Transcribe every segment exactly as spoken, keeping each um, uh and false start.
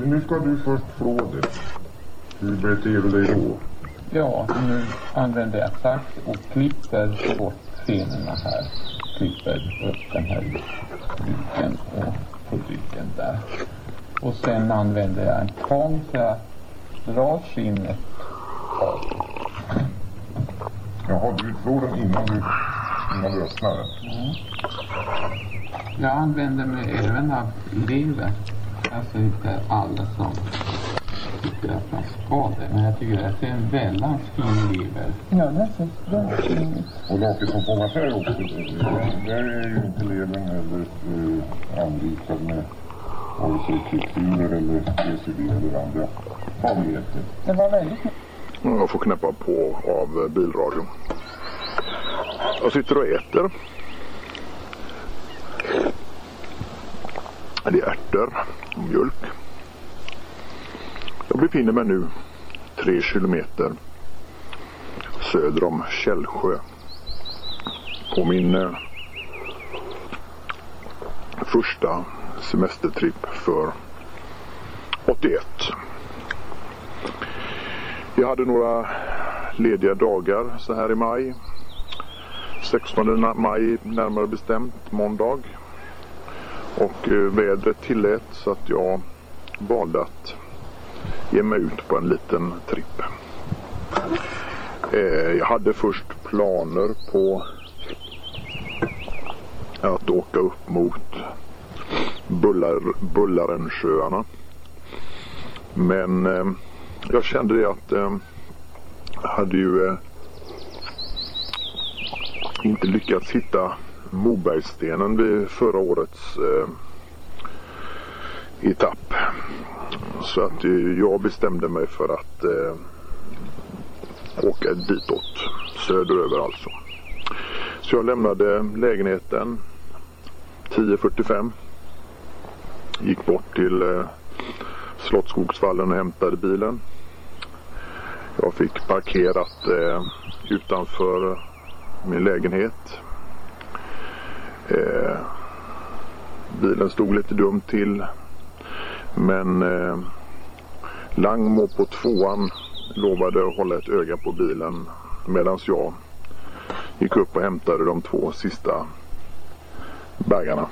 Nu ska du först flå det. Hur beter du dig då? Ja, nu använder jag sax och klipper bort fenorna här. Klipper upp den här ryken och på ryggen där. Och sen använder jag en tång för att dra skinnet av. Jaha, du flår den innan du, innan du öppnar den? Mm. Jag använder mig även av lever. Alltså inte alla som tycker att man ska det. Men jag tycker att det är en väldigt fin lever. Ja, det är så fint. Och laket som fångas här också, där är ju inte levern eller uh, anrikad med vare sig kvicksilver eller E C D eller andra farligheter. Det var väldigt... Jag får knäppa på av bilradion. Jag sitter och äter. Det är ärtor och mjölk. Jag befinner mig nu tre kilometer söder om Källsjö på min eh, första semestertripp för åttioett. Jag hade några lediga dagar så här i maj. sextonde maj närmare bestämt, måndag. Och eh, vädret tillät så att jag valde att ge mig ut på en liten tripp. Eh, jag hade först planer på att åka upp mot Bullar, Bullarensjöarna. Men eh, jag kände det att eh, jag hade ju eh, inte lyckats hitta Mobergstenen vid förra årets eh, etapp. Så att eh, jag bestämde mig för att eh, åka ditåt, söderöver alltså. Så jag lämnade lägenheten tio fyrtiofem. Gick bort till eh, Slottsskogsvallen och hämtade bilen. Jag fick parkerat eh, utanför min lägenhet. Eh, bilen stod lite dumt till. Men eh, Langmo på tvåan lovade att hålla ett öga på bilen medan jag gick upp och hämtade de två sista baggarna.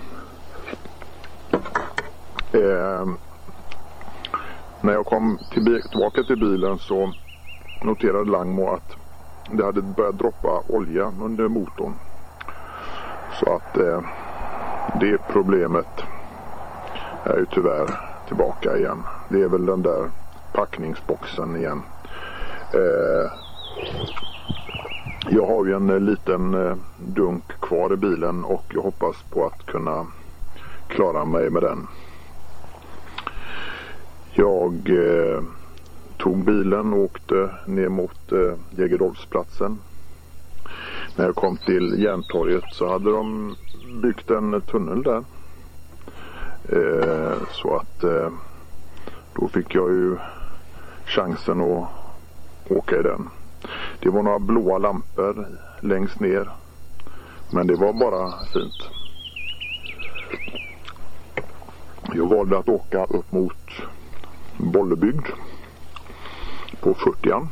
Eh, när jag kom till, tillbaka till bilen så noterade Langmo att det hade börjat droppa olja under motorn. Så att eh, det problemet är ju tyvärr tillbaka igen. Det är väl den där packningsboxen igen. Eh, jag har ju en liten eh, dunk kvar i bilen och jag hoppas på att kunna klara mig med den. Jag eh, tog bilen och åkte ner mot eh, Jägerdolfsplatsen. När jag kom till Järntorget så hade de byggt en tunnel där. Eh, så att eh, då fick jag ju chansen att åka i den. Det var några blåa lampor längst ner. Men det var bara fint. Jag valde att åka upp mot Bollebygd på fyrtioan.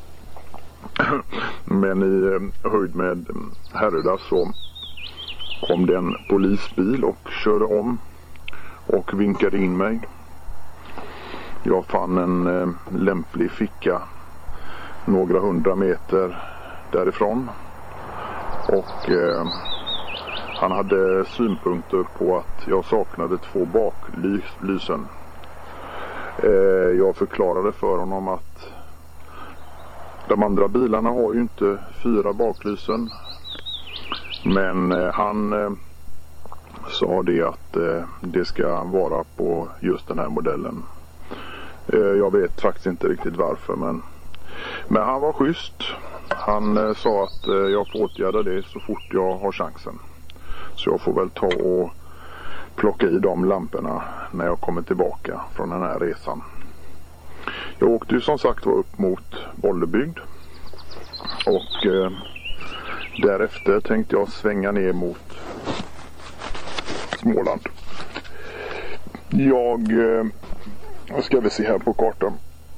Men i höjd med Härryda så kom det en polisbil och körde om och vinkade in mig. Jag fann en eh, lämplig ficka några hundra meter därifrån. Och eh, han hade synpunkter på att jag saknade två baklysen. Eh, jag förklarade för honom att de andra bilarna har ju inte fyra baklysen. Men eh, han eh, sa det att eh, det ska vara på just den här modellen. Eh, jag vet faktiskt inte riktigt varför, men, men han var schysst. Han eh, sa att eh, jag får åtgärda det så fort jag har chansen. Så jag får väl ta och plocka i de lamporna när jag kommer tillbaka från den här resan. Jag åkte ju som sagt upp mot Bollebygd. Och eh, därefter tänkte jag svänga ner mot Småland. Jag eh, Vad ska vi se här på kartan?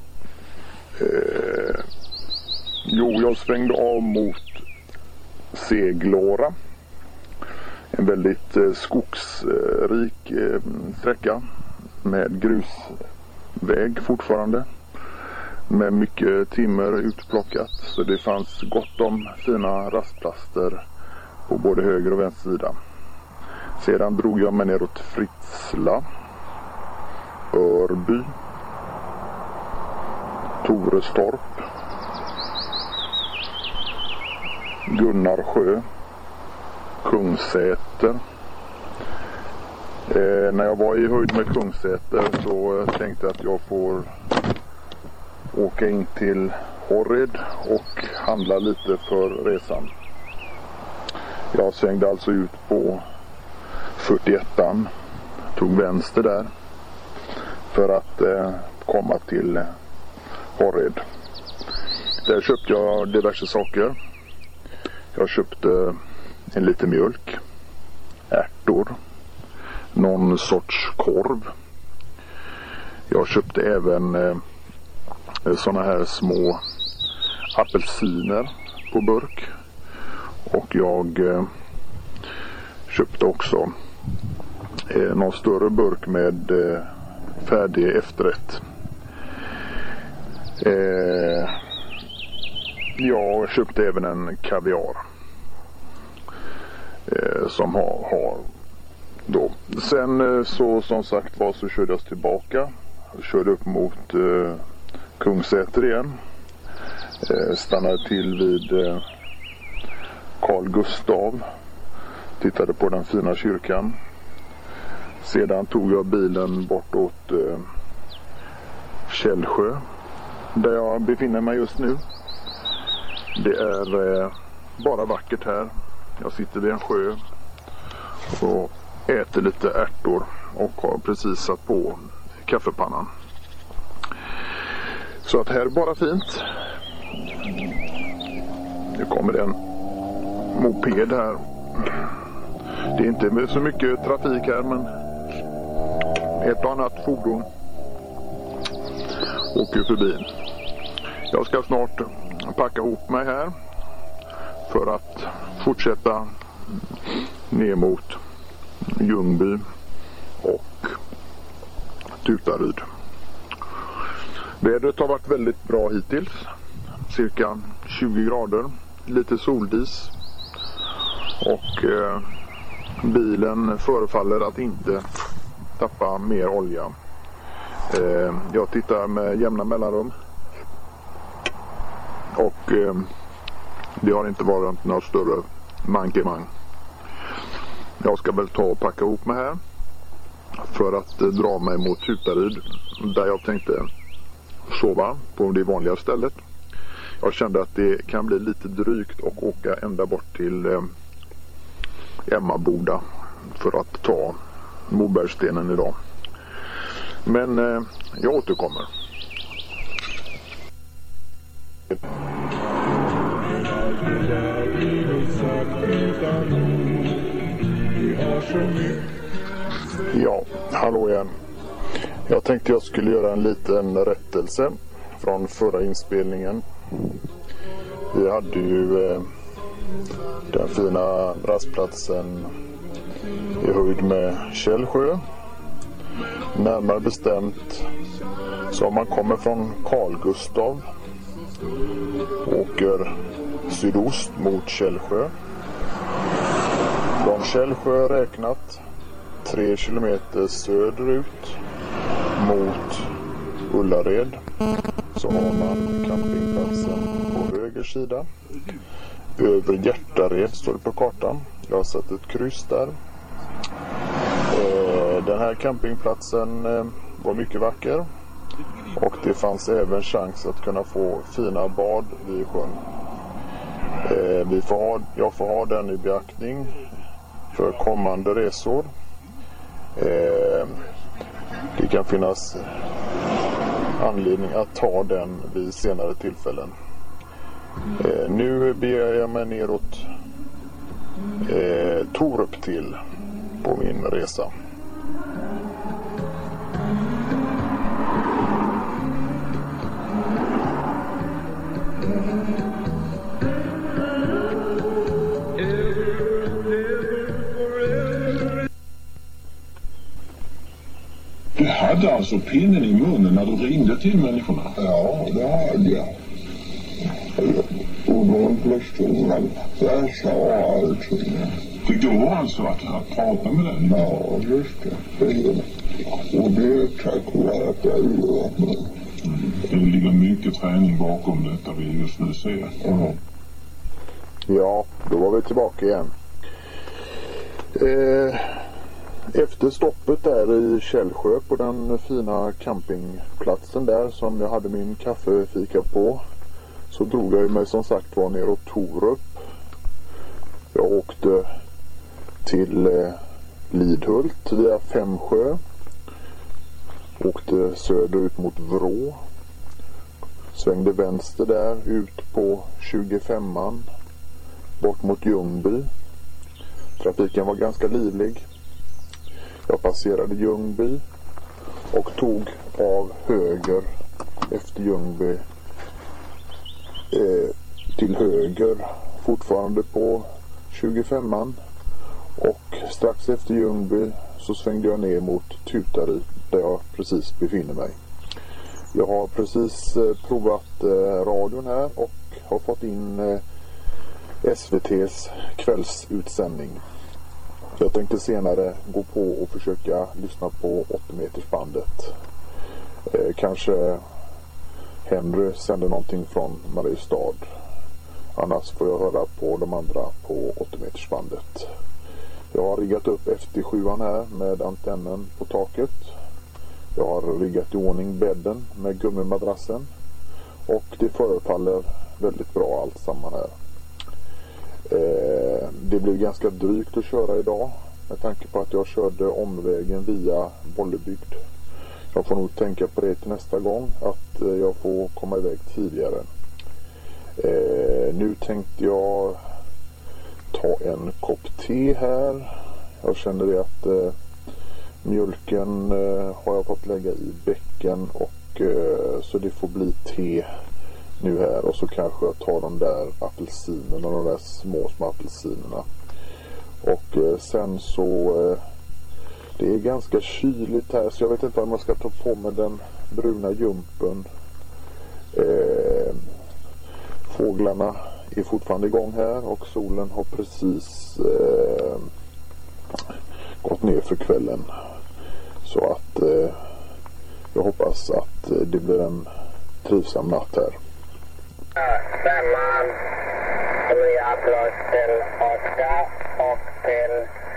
Eh, jo, jag svängde av mot Seglåra. En väldigt eh, skogsrik eh, sträcka med grusväg fortfarande. Med mycket timmer utplockat. Så det fanns gott om fina rastplatser på både höger och vänster sida. Sedan drog jag mig neråt Fritsla, Örby, Torestorp, Gunnarsjö, Kungsäter. Eh, när jag var i höjd med Kungsäter så tänkte jag att jag får åka in till Horred och handla lite för resan. Jag svängde alltså ut på fyrtioettan, tog vänster där för att eh, komma till Horred. Där köpte jag diverse saker. Jag köpte en liten mjölk, ärtor, någon sorts korv. Jag köpte även eh, såna här små apelsiner på burk. Och jag eh, köpte också eh, någon större burk med eh, färdig efterrätt. Eh, jag köpte även en kaviar eh, som har, har då. Sen eh, så som sagt var så körde jag tillbaka. Jag körde upp mot eh, Kungsäter igen. Eh, stannade till vid eh, Carl Gustav. Tittade på den fina kyrkan. Sedan tog jag bilen bortåt eh, Källsjö. Där jag befinner mig just nu. Det är eh, bara vackert här. Jag sitter vid en sjö och äter lite ärtor och har precis satt på kaffepannan. Så att här är bara fint. Nu kommer det en moped här. Det är inte så mycket trafik här, men ett och annat fordon åker förbi. Jag ska snart packa ihop mig här för att fortsätta ner mot Ljungby och Tutaryd. Vädret har varit väldigt bra hittills. Cirka tjugo grader, lite soldis och eh, bilen förefaller att inte tappa mer olja. Eh, jag tittar med jämna mellanrum och eh, det har inte varit några större mankemang. Jag ska väl ta och packa ihop mig här för att eh, dra mig mot Tutaryd där jag tänkte sova på det vanliga stället. Jag kände att det kan bli lite drygt och åka ända bort till eh, Emmaboda för att ta Mobergsstenen idag. Men eh, jag återkommer. Ja, hallå igen. Jag tänkte jag skulle göra en liten rättelse från förra inspelningen. Vi hade ju eh, den fina rastplatsen i höjd med Källsjö. Närmare bestämt så om man kommer från Carl Gustav åker sydost mot Källsjö. Från Källsjö räknat tre kilometer söderut mot Ullared så har man campingplatsen på höger sida. Över Hjärtared står det på kartan. Jag har satt ett kryss där. Den här campingplatsen var mycket vacker och det fanns även chans att kunna få fina bad vid sjön. Vi får ha, jag får ha den i beaktning för kommande resor. Det kan finnas anledning att ta den vid senare tillfällen. Nu beger jag mig neråt Torup till på min resa. hade alltså pinnen i munnen när du ringde till människorna? Ja, det hade jag. Och då blev stolen. Jag sa allting. Det går alltså att, att prata med den? Ja, just det. Och det är tack vare att jag gör det. Mm. Det ligger mycket träning bakom detta vi just nu ser. Mm. Ja, då var vi tillbaka igen. Eh, efter stoppet där i Källsjö på den fina campingplatsen där som jag hade min kaffefika på, så drog jag mig som sagt var ner åt Torup. Jag åkte till eh, Lidhult via Femsjö. Åkte söderut mot Vrå. Svängde vänster där ut på tjugofemman. Bort mot Ljungby. Trafiken var ganska livlig. Jag passerade Ljungby och tog av höger efter Ljungby eh, till höger fortfarande på tjugofemman, och strax efter Ljungby så svängde jag ner mot Tutaryd där jag precis befinner mig. Jag har precis eh, provat eh, radion här och har fått in eh, S V T:s kvällsutsändning. Jag tänkte senare gå på och försöka lyssna på åttio meters bandet. Eh, kanske Henry sänder någonting från Mariestad. Annars får jag höra på de andra på åttio meters bandet. Jag har riggat upp F T sju här med antennen på taket. Jag har riggat i ordning bädden med gummimadrassen. Och det förefaller väldigt bra allt samman här. Eh, det blev ganska drygt att köra idag med tanke på att jag körde omvägen via Bollebygd. Jag får nog tänka på det till nästa gång, att eh, jag får komma iväg tidigare. Eh, nu tänkte jag ta en kopp te här. Jag känner det att eh, mjölken eh, har jag fått lägga i bäcken, och eh, så det får bli te nu här. Och så kanske jag tar de där apelsinerna, de där små små apelsinerna. Och eh, sen så eh, det är ganska kyligt här, så jag vet inte om jag ska ta på mig den bruna jumpen. Eh, fåglarna är fortfarande igång här och solen har precis eh, gått ner för kvällen. Så att eh, jag hoppas att det blir en trivsam natt här. Femman, nya plus till Oskar och till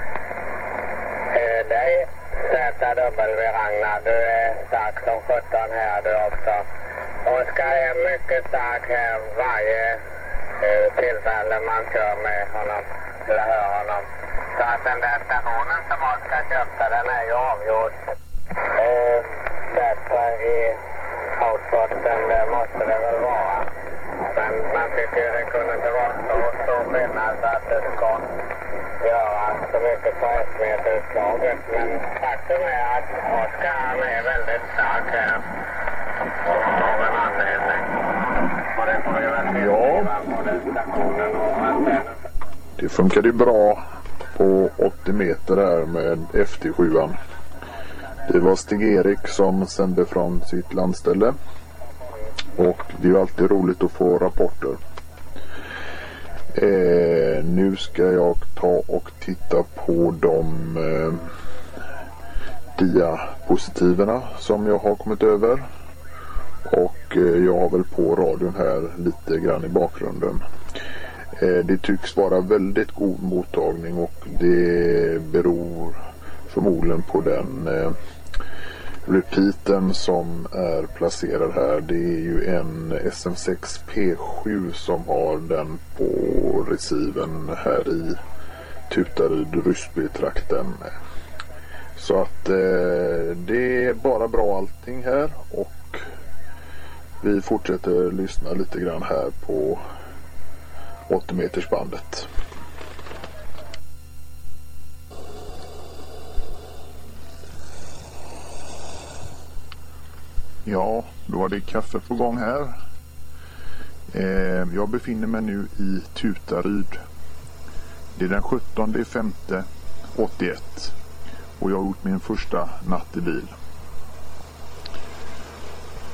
eh, dig. Z W Ragnar, du är stark som sjutton här du också. Oskar är mycket stark här varje eh, tillfälle man kör med honom, eller hör honom. Så att den där stationen som Oskar köpte, den är ju avgjord. Eh, bättre i outposten, det måste det väl vara. Men man tycker det kunde inte vara så stor skillnad så att det ska göra så mycket på S V-utslaget. Men faktum är att Oskar han är väldigt stark här. Av en anledning. Och det får vi väl tillgriva på den stationen och antennen. Det funkade ju bra på åttio meter här med F T sju. Det var Stig-Erik som sände från sitt landställe. Och det är ju alltid roligt att få rapporter. Eh, nu ska jag ta och titta på de eh, diapositiverna som jag har kommit över. Och eh, jag har väl på radion här lite grann i bakgrunden. Eh, det tycks vara väldigt god mottagning, och det beror förmodligen på den eh, repeatern som är placerad här. Det är ju en S M sex P sju som har den på receiven här i Tutaryd-Ryssby-trakten. Så att eh, det är bara bra allting här, och vi fortsätter lyssna lite grann här på åttio meters bandet. Ja, då var det kaffe på gång här. Eh, jag befinner mig nu i Tutaryd. Det är den sjuttonde femte åttioett och jag har gjort min första natt i bil.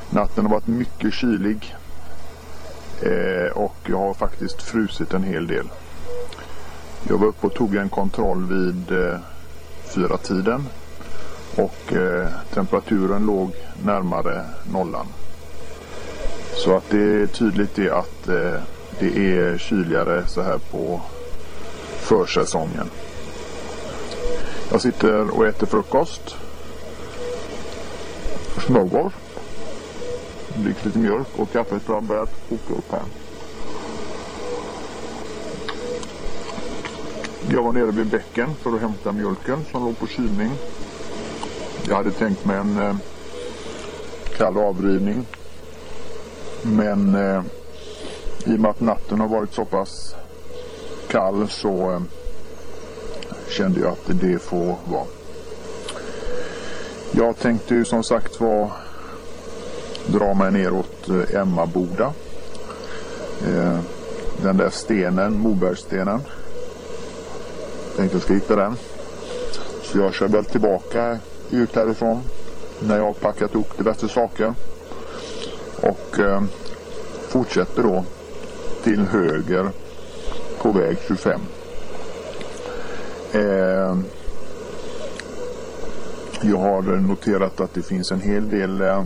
Natten har varit mycket kylig eh, och jag har faktiskt frusit en hel del. Jag var uppe och tog en kontroll vid eh, fyra tiden och eh, temperaturen låg närmare nollan. Så att det är tydligt det att eh, det är kyligare så här på försäsongen. Jag sitter och äter frukost. Smörgås. Dricker lite mjölk och kaffet har börjat koka upp här. Jag var nere vid bäcken för att hämta mjölken som låg på kylning. Jag hade tänkt mig en eh, kall avrivning. Men eh, i och med att natten har varit så pass kall så eh, kände jag att det får vara. Jag tänkte ju som sagt var dra mig neråt eh, Emmaboda. Eh, den där stenen, Mobergsstenen. Tänkte jag ska hitta den. Så jag kör väl tillbaka ut härifrån när jag har packat upp diverse saker. Och eh, fortsätter då till höger på väg tjugofem. Eh, jag har noterat att det finns en hel del eh,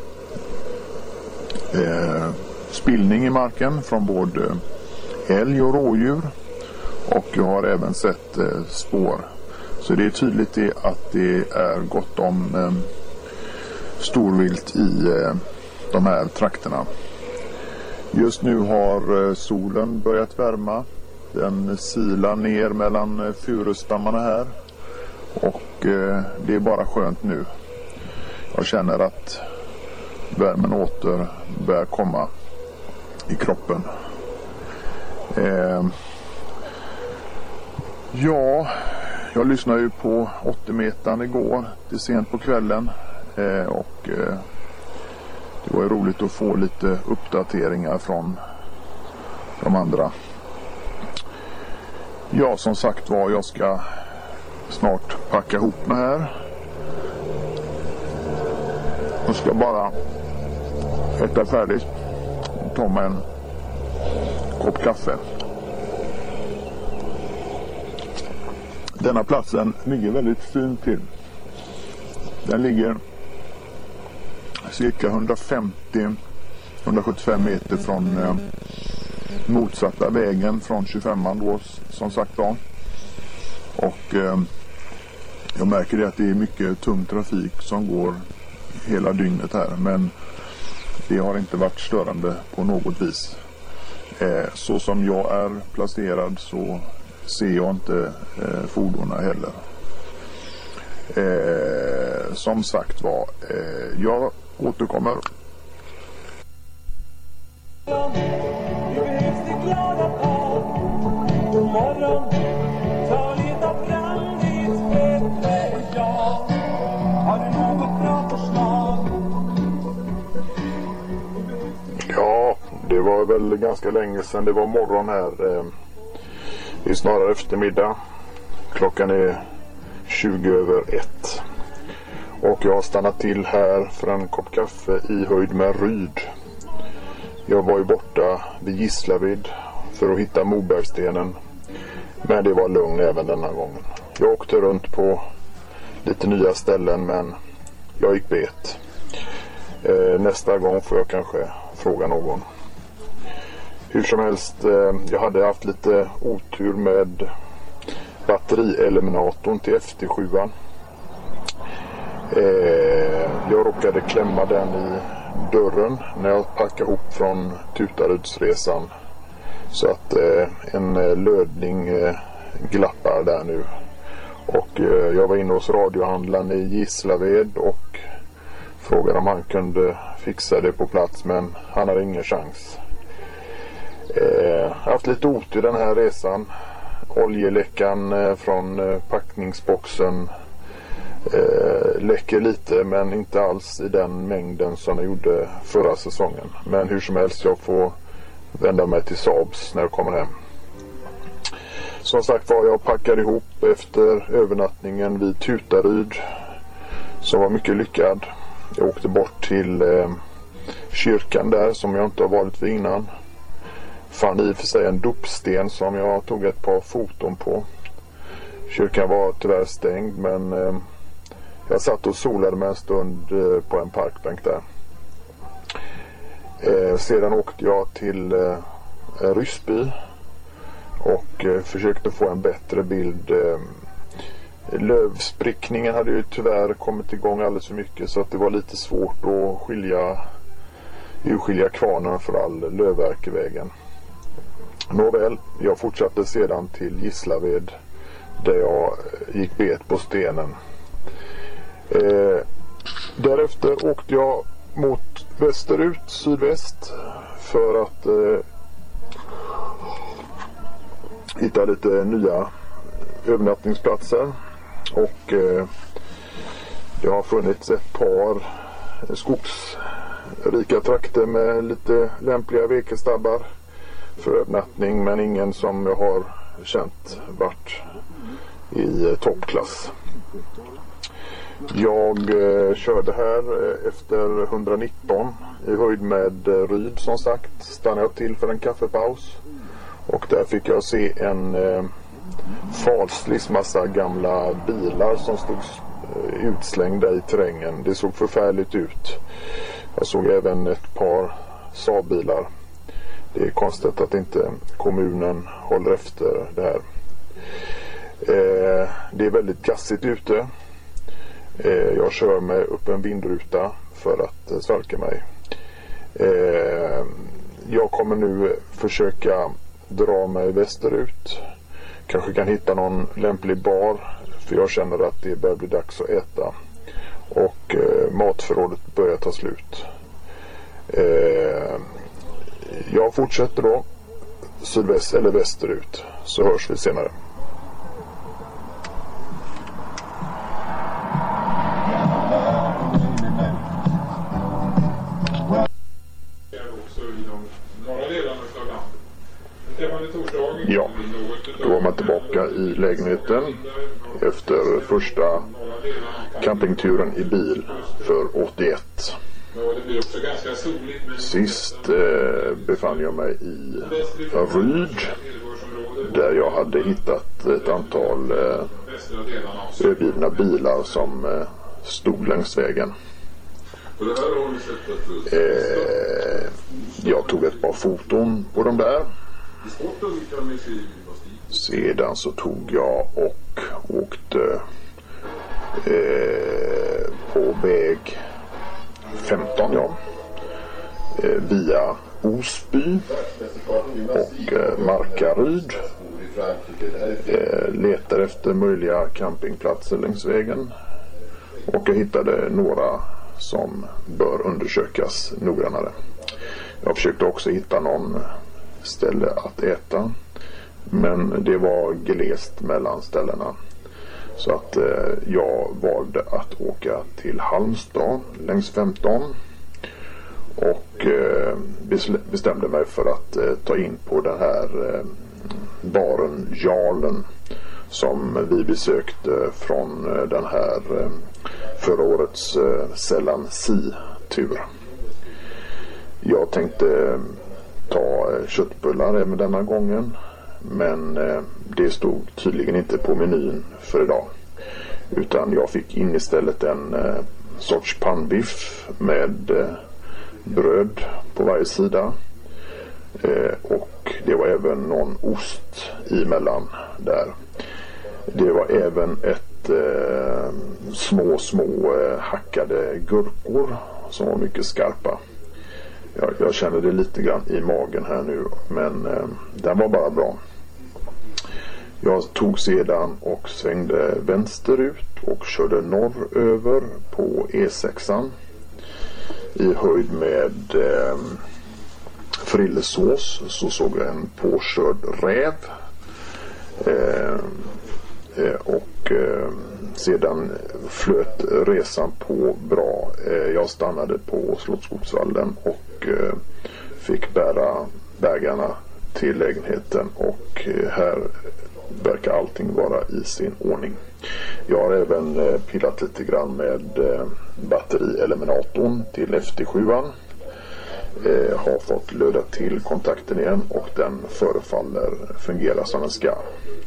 eh, spillning i marken från både älg och rådjur. Och jag har även sett eh, spår. Så det är tydligt det att det är gott om eh, storvilt i eh, de här trakterna. Just nu har eh, solen börjat värma. Den silar ner mellan eh, furustammarna här. Och eh, det är bara skönt nu. Jag känner att värmen åter börjar komma i kroppen. Eh, Ja, jag lyssnade ju på åttio metern igår till sent på kvällen eh, och eh, det var ju roligt att få lite uppdateringar från de andra. Ja, som sagt var, jag ska snart packa ihop mig här. Jag ska bara äta färdigt och ta mig en kopp kaffe. Denna platsen ligger väldigt fint till. Den ligger cirka hundrafemtio till hundrasjuttiofem meter från eh, motsatta vägen från tjugofemman då, som sagt var. Och eh, jag märker det att det är mycket tung trafik som går hela dygnet här. Men det har inte varit störande på något vis. Eh, så som jag är placerad så ser jag inte eh, fordonen heller. Eh, som sagt var, eh, jag återkommer. Ja, det var väl ganska länge sedan det var morgon här. Eh, Det är snarare eftermiddag. Klockan är tjugo över ett. Och jag har stannat till här för en kopp kaffe i höjd med Ryd. Jag var ju borta vid Gislaved för att hitta Mobergsstenen. Men det var lugn även denna gången. Jag åkte runt på lite nya ställen men jag gick bet. Eh, nästa gång får jag kanske fråga någon. Hur som helst, jag hade haft lite otur med batterieliminatorn till F T sju. Jag råkade klämma den i dörren när jag packade ihop från Tutarydsresan. Så att en lödning glappar där nu. Och jag var inne hos radiohandlaren i Gislaved och frågade om han kunde fixa det på plats, men han hade ingen chans. Jag har haft lite otur den här resan. Oljeläckan från packningsboxen läcker lite, men inte alls i den mängden som jag gjorde förra säsongen. Men hur som helst, jag får vända mig till Saabs när jag kommer hem. Som sagt var, jag packade ihop efter övernattningen vid Tutaryd som var mycket lyckad. Jag åkte bort till eh, kyrkan där som jag inte har varit vid innan. Fann i och för sig en dopsten som jag tog ett par foton på. Kyrkan var tyvärr stängd, men eh, jag satt och solade med en stund eh, på en parkbänk där. Eh, sedan åkte jag till eh, Ryssby och eh, försökte få en bättre bild. Eh, lövsprickningen hade ju tyvärr kommit igång alldeles för mycket, så att det var lite svårt att skilja, urskilja kvarnen för all lövverk i vägen. Nåväl, jag fortsatte sedan till Gislaved där jag gick bet på stenen. Eh, därefter åkte jag mot västerut, sydväst, för att eh, hitta lite nya övernattningsplatser. Och eh, det har funnits ett par skogsrika trakter med lite lämpliga vekestabbar för övernattning, men ingen som jag har känt varit i toppklass. Jag eh, körde här efter etthundranitton i höjd med eh, Ryd, som sagt. Stannade jag till för en kaffepaus och där fick jag se en eh, faslig massa gamla bilar som stod eh, utslängda i terrängen. Det såg förfärligt ut. Jag såg även ett par Saab-bilar. Det är konstigt att inte kommunen håller efter det här. Eh, det är väldigt gassigt ute. Eh, jag kör med upp en vindruta för att eh, svalka mig. Eh, jag kommer nu försöka dra mig västerut. Kanske kan hitta någon lämplig bar, för jag känner att det börjar bli dags att äta. Och eh, matförrådet börjar ta slut. Eh, jag fortsätter då sydväst eller västerut, så hörs vi senare. Ja, då var man tillbaka i lägenheten efter första campingturen i bil för åttioett. Sist eh, befann jag mig i Ryd, där jag hade hittat ett antal eh, övergivna bilar som eh, stod längs vägen. Eh, jag tog ett par foton på dem där. Sedan så tog jag och åkte eh, på väg femton, ja, eh, via Osby och eh, Markaryd. Eh, letar efter möjliga campingplatser längs vägen, och jag hittade några som bör undersökas noggrannare. Jag försökte också hitta någon ställe att äta, men det var glest mellan ställena, så att eh, jag valde att åka till Halmstad längs femton och eh, bestämde mig för att eh, ta in på den här eh, baren Jarlen som vi besökte från eh, den här eh, förra årets eh, Sällan Si-tur. Jag tänkte eh, ta eh, köttbullar även denna gången, men eh, det stod tydligen inte på menyn för idag, utan jag fick in istället en eh, sorts pannbiff med eh, bröd på varje sida, eh, och det var även någon ost emellan där. Det var även ett eh, små små eh, hackade gurkor som var mycket skarpa. Jag, jag känner det lite grann i magen här nu, men eh, den var bara bra. Jag tog sedan och svängde vänsterut och körde norröver på E sexan i höjd med eh, Frillesås. Så såg jag en påkörd räv eh, eh, och eh, sedan flöt resan på bra. Eh, jag stannade på Slottsskogsvallen och eh, fick bära bägarna till lägenheten, och eh, här verkar allting vara i sin ordning. Jag har även eh, pillat lite grann med eh, batterieliminatorn till F T sjuan. eh, har fått löda till kontakten igen och den förefaller fungera som den ska.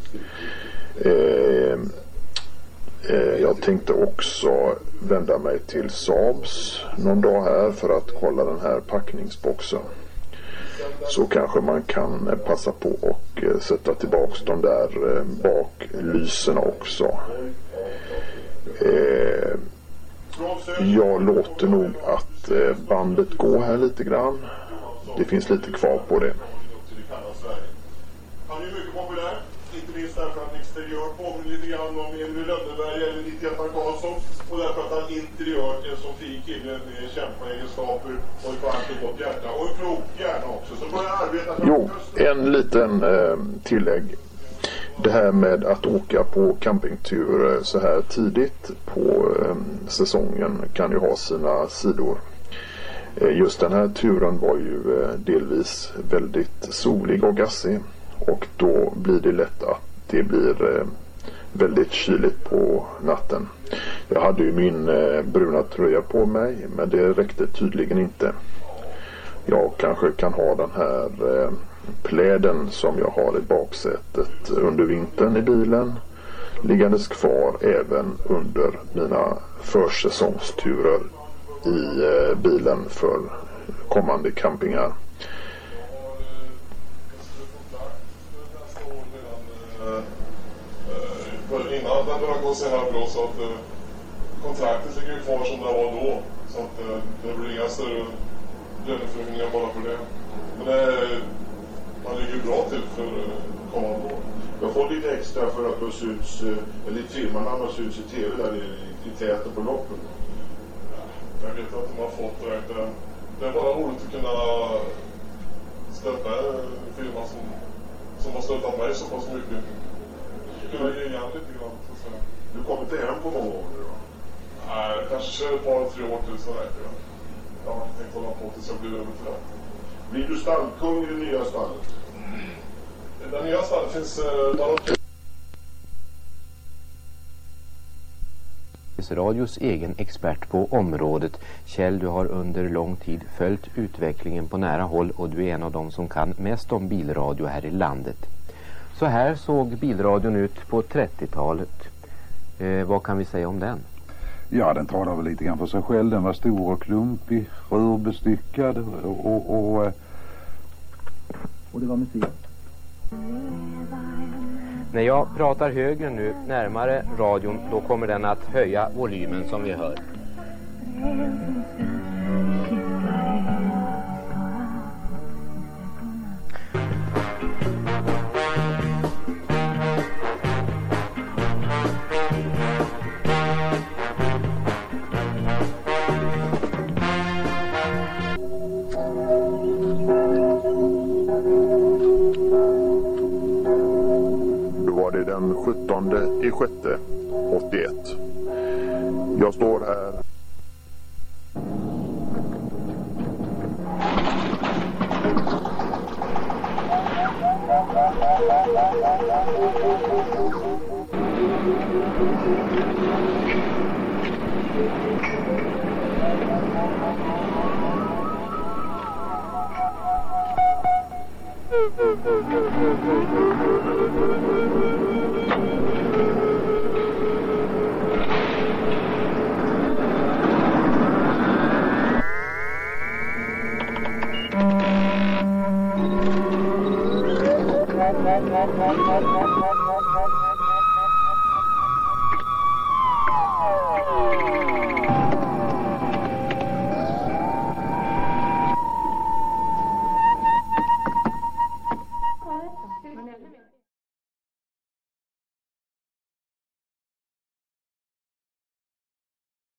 Eh, eh, jag tänkte också vända mig till Saabs någon dag här för att kolla den här packningsboxen. Så kanske man kan passa på och eh, sätta tillbaks de där eh, baklyserna också. Eh, jag låter nog att eh, bandet gå här lite grann. Det finns lite kvar på det. Han är mycket populär, inte minst därför att exteriör påminner lite grann om Emil Lönneberg eller Nittietan Karlsson, och därför att han interiört är en så fin kille med kämpaegenskaper och ett varmt och gott hjärta och en klok hjärna också. Så börjar arbeta för Jo, en liten eh, tillägg. Det här med att åka på campingtur så här tidigt på eh, säsongen kan ju ha sina sidor. Eh, just den här turen var ju eh, delvis väldigt solig och gassig, och då blir det lätt att det blir eh, väldigt kyligt på natten. Jag hade ju min eh, bruna tröja på mig, men det räckte tydligen inte. Jag kanske kan ha den här eh, pläden som jag har i baksätet under vintern i bilen liggandes kvar även under mina försäsongsturer i eh, bilen för kommande campingar. Innan den började gå så här bra, så att eh, kontraktet ligger ju kvar som det var då, så att eh, det blir inga större löneförhöjningar bara för det. Men det, man ligger bra till för eh, kommande år. Jag får lite extra för att det syns, eller firmanamn har syns i tv där i, i täten på loppen. Jag vet att de har fått det. Det, det är bara roligt att kunna stötta en firma som, som har stöttat mig så pass mycket. Kunna ge igen lite grann. Så. Du kommer inte hem på många år nu då? Nej, kanske ett par, tre år till så räcker det. Jag har inte tänkt hålla på tills jag blir över trettio. Blir du stallkung i det nya stallet? I det nya stallet finns eh, bara... Radios egen expert på området. Kjell, du har under lång tid följt utvecklingen på nära håll och du är en av dem som kan mest om bilradio här i landet. Så här såg bilradion ut på trettiotalet. Eh, vad kan vi säga om den? Ja, den talar väl lite grann för sig själv. Den var stor och klumpig, rörbestyckad och... Och, och, och det var musik. När jag pratar högre nu, närmare radion, då kommer den att höja volymen som vi hör. Det den sjuttonde i sjätte åttioett. Jag står här.